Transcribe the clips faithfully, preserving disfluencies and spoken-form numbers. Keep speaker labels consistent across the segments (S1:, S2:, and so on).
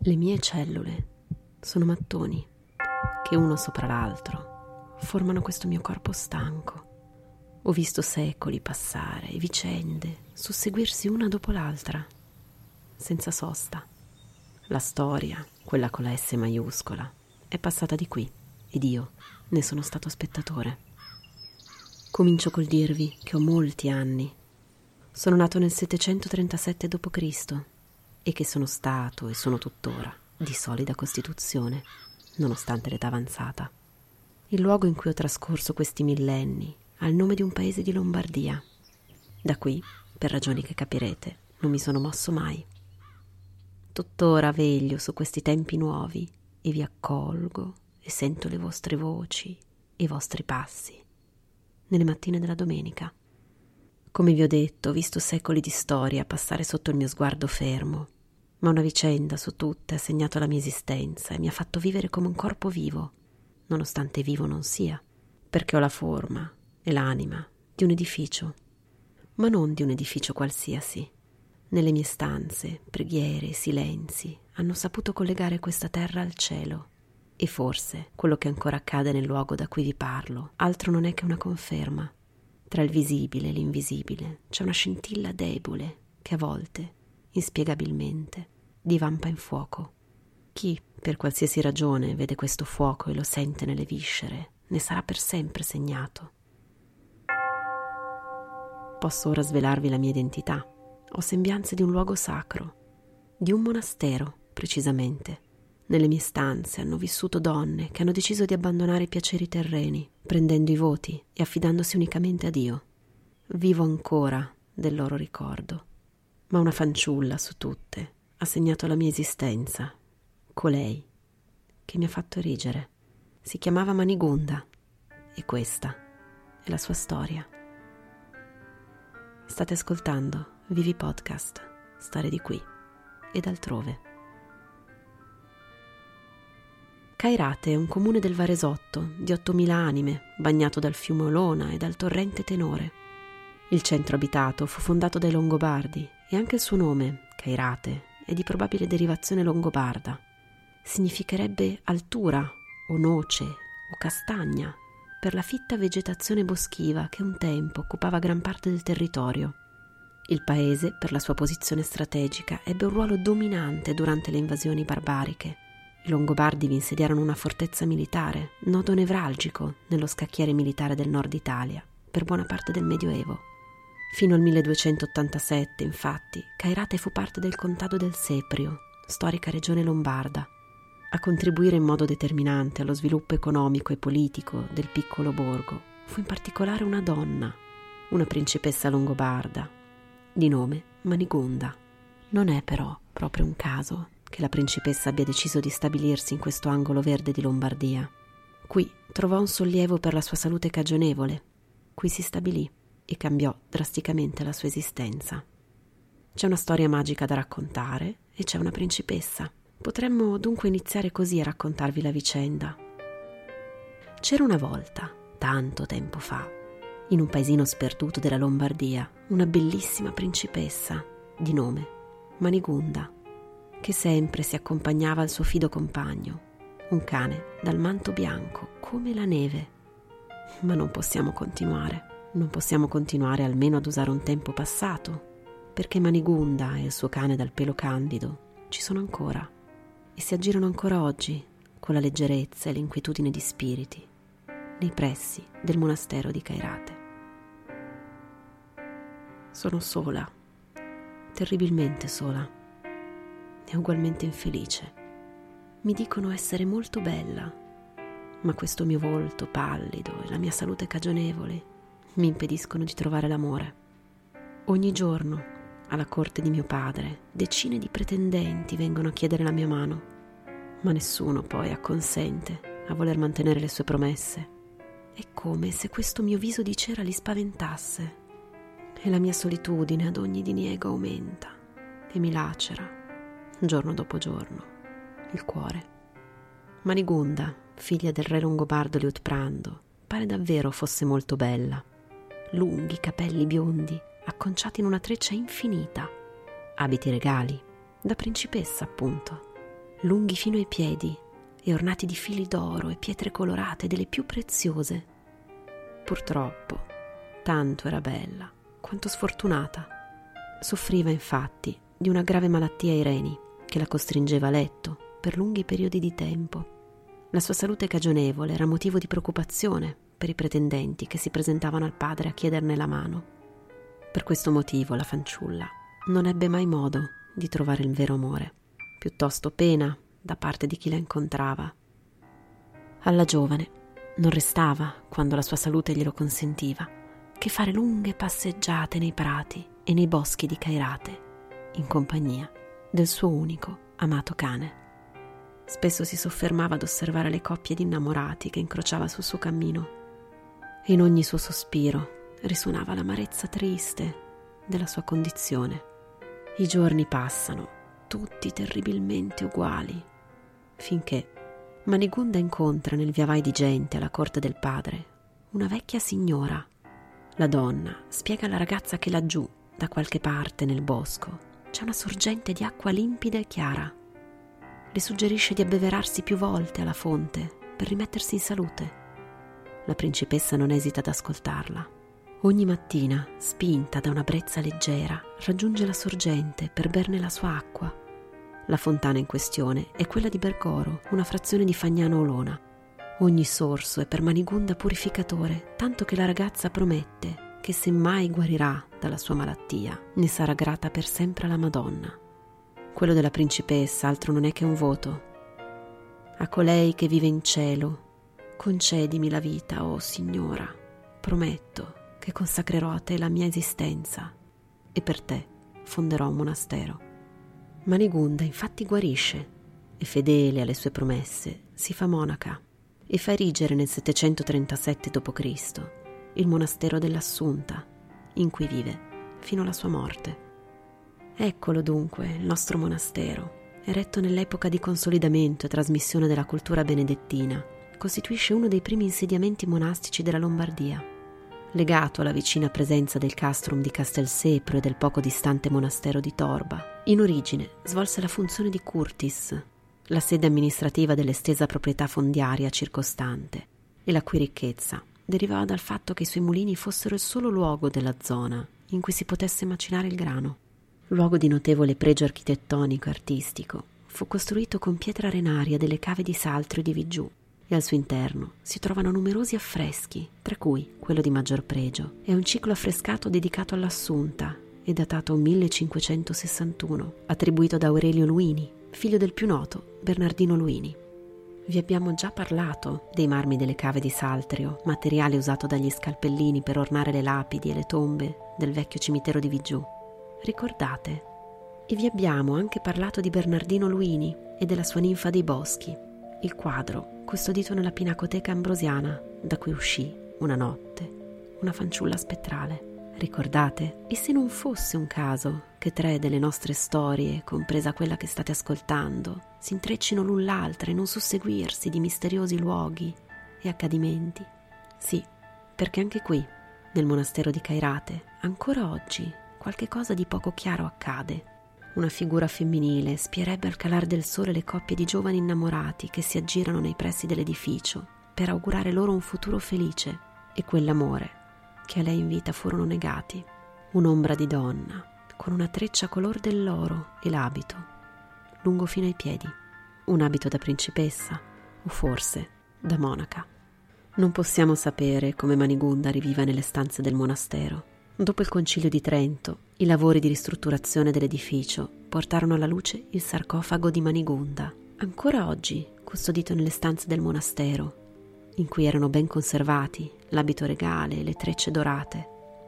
S1: Le mie cellule sono mattoni che uno sopra l'altro formano questo mio corpo stanco. Ho visto secoli passare e vicende susseguirsi una dopo l'altra, senza sosta. La storia, quella con la S maiuscola, è passata di qui ed io ne sono stato spettatore. Comincio col dirvi che ho molti anni. Sono nato nel settecentotrentasette dopo Cristo e che sono stato e sono tuttora di solida costituzione, nonostante l'età avanzata. Il luogo in cui ho trascorso questi millenni ha il nome di un paese di Lombardia. Da qui, per ragioni che capirete, non mi sono mosso mai. Tuttora veglio su questi tempi nuovi e vi accolgo e sento le vostre voci e i vostri passi nelle mattine della domenica. Come vi ho detto, ho visto secoli di storia passare sotto il mio sguardo fermo, ma una vicenda su tutte ha segnato la mia esistenza e mi ha fatto vivere come un corpo vivo, nonostante vivo non sia, perché ho la forma e l'anima di un edificio, ma non di un edificio qualsiasi. Nelle mie stanze, preghiere e silenzi hanno saputo collegare questa terra al cielo, e forse quello che ancora accade nel luogo da cui vi parlo altro non è che una conferma. Tra il visibile e l'invisibile c'è una scintilla debole che a volte, inspiegabilmente, divampa in fuoco. Chi, per qualsiasi ragione, vede questo fuoco e lo sente nelle viscere, ne sarà per sempre segnato. Posso ora svelarvi la mia identità. Ho sembianze di un luogo sacro, di un monastero, precisamente. Nelle mie stanze hanno vissuto donne che hanno deciso di abbandonare i piaceri terreni, prendendo i voti e affidandosi unicamente a Dio. Vivo ancora del loro ricordo, ma una fanciulla su tutte ha segnato la mia esistenza, colei che mi ha fatto erigere. Si chiamava Manigunda e questa è la sua storia. State ascoltando Vivi Podcast, Stare di qui ed altrove. Cairate è un comune del Varesotto di ottomila anime, bagnato dal fiume Olona e dal torrente Tenore. Il centro abitato fu fondato dai Longobardi e anche il suo nome, Cairate, è di probabile derivazione longobarda. Significherebbe altura o noce o castagna per la fitta vegetazione boschiva che un tempo occupava gran parte del territorio. Il paese, per la sua posizione strategica, ebbe un ruolo dominante durante le invasioni barbariche. I Longobardi vi insediarono una fortezza militare, nodo nevralgico nello scacchiere militare del nord Italia, per buona parte del Medioevo. Fino al milleduecentottantasette, infatti, Cairate fu parte del contado del Seprio, storica regione lombarda. A contribuire in modo determinante allo sviluppo economico e politico del piccolo borgo fu in particolare una donna, una principessa longobarda, di nome Manigunda. Non è però proprio un caso che la principessa abbia deciso di stabilirsi in questo angolo verde di Lombardia. Qui trovò un sollievo per la sua salute cagionevole. Qui si stabilì e cambiò drasticamente la sua esistenza. C'è una storia magica da raccontare e c'è una principessa. Potremmo dunque iniziare così a raccontarvi la vicenda. C'era una volta, tanto tempo fa, in un paesino sperduto della Lombardia, una bellissima principessa di nome Manigunda, che sempre si accompagnava al suo fido compagno, un cane dal manto bianco come la neve. Ma non possiamo continuare, non possiamo continuare almeno ad usare un tempo passato, perché Manigunda e il suo cane dal pelo candido ci sono ancora e si aggirano ancora oggi con la leggerezza e l'inquietudine di spiriti nei pressi del monastero di Cairate. Sono sola, terribilmente sola, e ugualmente infelice. Mi dicono essere molto bella, ma questo mio volto pallido e la mia salute cagionevole mi impediscono di trovare l'amore. Ogni giorno, alla corte di mio padre, decine di pretendenti vengono a chiedere la mia mano, ma nessuno poi acconsente a voler mantenere le sue promesse. È come se questo mio viso di cera li spaventasse, e la mia solitudine ad ogni diniego aumenta e mi lacera giorno dopo giorno il cuore. Manigunda, figlia del re longobardo Liutprando, pare davvero fosse molto bella. Lunghi capelli biondi acconciati in una treccia infinita, abiti regali, da principessa appunto, lunghi fino ai piedi e ornati di fili d'oro e pietre colorate delle più preziose. Purtroppo, tanto era bella quanto sfortunata. Soffriva infatti di una grave malattia ai reni che la costringeva a letto per lunghi periodi di tempo. La sua salute cagionevole era motivo di preoccupazione per i pretendenti che si presentavano al padre a chiederne la mano. Per questo motivo la fanciulla non ebbe mai modo di trovare il vero amore, piuttosto pena da parte di chi la incontrava. Alla giovane non restava, quando la sua salute glielo consentiva, che fare lunghe passeggiate nei prati e nei boschi di Cairate, in compagnia del suo unico amato cane. Spesso si soffermava ad osservare le coppie di innamorati che incrociava sul suo cammino, e in ogni suo sospiro risuonava l'amarezza triste della sua condizione. I giorni passano, tutti terribilmente uguali, finché Manigunda incontra nel via vai di gente alla corte del padre una vecchia signora. La donna spiega alla ragazza che laggiù, da qualche parte nel bosco, c'è una sorgente di acqua limpida e chiara. Le suggerisce di abbeverarsi più volte alla fonte per rimettersi in salute. La principessa non esita ad ascoltarla. Ogni mattina, spinta da una brezza leggera, raggiunge la sorgente per berne la sua acqua. La fontana in questione è quella di Bergoro, una frazione di Fagnano Olona. Ogni sorso è per Manigunda purificatore, tanto che la ragazza promette che se mai guarirà dalla sua malattia, ne sarà grata per sempre alla Madonna. Quello della principessa altro non è che un voto. A colei che vive in cielo, concedimi la vita, o oh Signora, prometto che consacrerò a te la mia esistenza e per te fonderò un monastero. Manigunda infatti guarisce e, fedele alle sue promesse, si fa monaca e fa erigere nel settecentotrentasette dopo Cristo il monastero dell'Assunta, in cui vive fino alla sua morte. Eccolo dunque il nostro monastero, eretto nell'epoca di consolidamento e trasmissione della cultura benedettina. Costituisce uno dei primi insediamenti monastici della Lombardia. Legato alla vicina presenza del castrum di Castelsepro e del poco distante monastero di Torba, in origine svolse la funzione di curtis, la sede amministrativa dell'estesa proprietà fondiaria circostante, e la cui ricchezza derivava dal fatto che i suoi mulini fossero il solo luogo della zona in cui si potesse macinare il grano. Luogo di notevole pregio architettonico e artistico, fu costruito con pietra arenaria delle cave di Saltrio di Vigiù, e al suo interno si trovano numerosi affreschi, tra cui quello di maggior pregio è un ciclo affrescato dedicato all'Assunta e datato millecinquecentosessantuno, attribuito da Aurelio Luini, figlio del più noto Bernardino Luini. Vi abbiamo già parlato dei marmi delle cave di Saltrio, materiale usato dagli scalpellini per ornare le lapidi e le tombe del vecchio cimitero di Vigiù. Ricordate? E vi abbiamo anche parlato di Bernardino Luini e della sua ninfa dei boschi, il quadro custodito nella Pinacoteca Ambrosiana, da cui uscì una notte una fanciulla spettrale. Ricordate? E se non fosse un caso che tre delle nostre storie, compresa quella che state ascoltando, si intreccino l'un l'altra in un susseguirsi di misteriosi luoghi e accadimenti? Sì, perché anche qui, nel monastero di Cairate, ancora oggi qualche cosa di poco chiaro accade. Una figura femminile spierebbe al calar del sole le coppie di giovani innamorati che si aggirano nei pressi dell'edificio per augurare loro un futuro felice, e quell'amore che a lei in vita furono negati. Un'ombra di donna con una treccia color dell'oro e l'abito lungo fino ai piedi, un abito da principessa o forse da monaca. Non possiamo sapere come Manigunda riviva nelle stanze del monastero. Dopo il concilio di Trento, i lavori di ristrutturazione dell'edificio portarono alla luce il sarcofago di Manigunda, ancora oggi custodito nelle stanze del monastero, in cui erano ben conservati l'abito regale e le trecce dorate.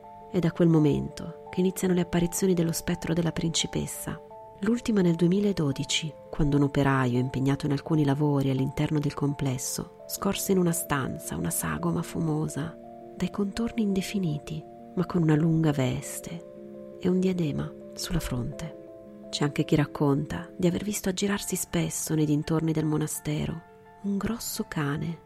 S1: È da quel momento che iniziano le apparizioni dello spettro della principessa, l'ultima nel duemiladodici, quando un operaio impegnato in alcuni lavori all'interno del complesso scorse in una stanza una sagoma fumosa dai contorni indefiniti, ma con una lunga veste e un diadema sulla fronte. C'è anche chi racconta di aver visto aggirarsi spesso nei dintorni del monastero un grosso cane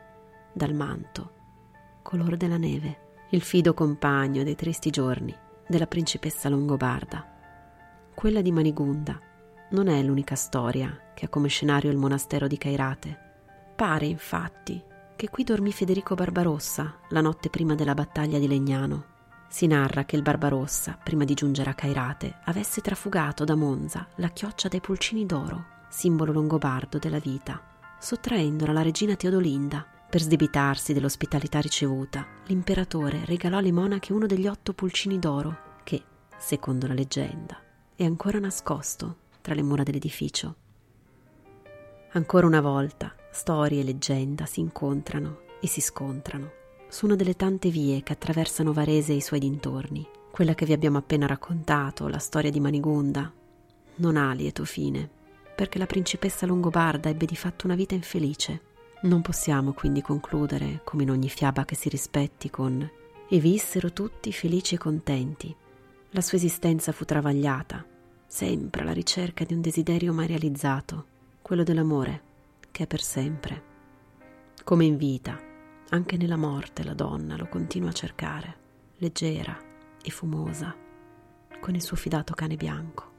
S1: dal manto color della neve, il fido compagno dei tristi giorni della principessa longobarda. Quella di Manigunda non è l'unica storia che ha come scenario il monastero di Cairate. Pare, infatti, che qui dormì Federico Barbarossa la notte prima della battaglia di Legnano. Si narra che il Barbarossa, prima di giungere a Cairate, avesse trafugato da Monza la chioccia dei pulcini d'oro, simbolo longobardo della vita, sottraendola alla regina Teodolinda. Per sdebitarsi dell'ospitalità ricevuta, l'imperatore regalò alle monache uno degli otto pulcini d'oro che, secondo la leggenda, è ancora nascosto tra le mura dell'edificio. Ancora una volta, storia e leggenda si incontrano e si scontrano su una delle tante vie che attraversano Varese e i suoi dintorni. Quella che vi abbiamo appena raccontato, la storia di Manigunda, non ha lieto fine, perché la principessa longobarda ebbe di fatto una vita infelice. Non possiamo quindi concludere, come in ogni fiaba che si rispetti, con «e vissero tutti felici e contenti». La sua esistenza fu travagliata, sempre alla ricerca di un desiderio mai realizzato, quello dell'amore, che è per sempre. Come in vita, anche nella morte la donna lo continua a cercare, leggera e fumosa, con il suo fidato cane bianco.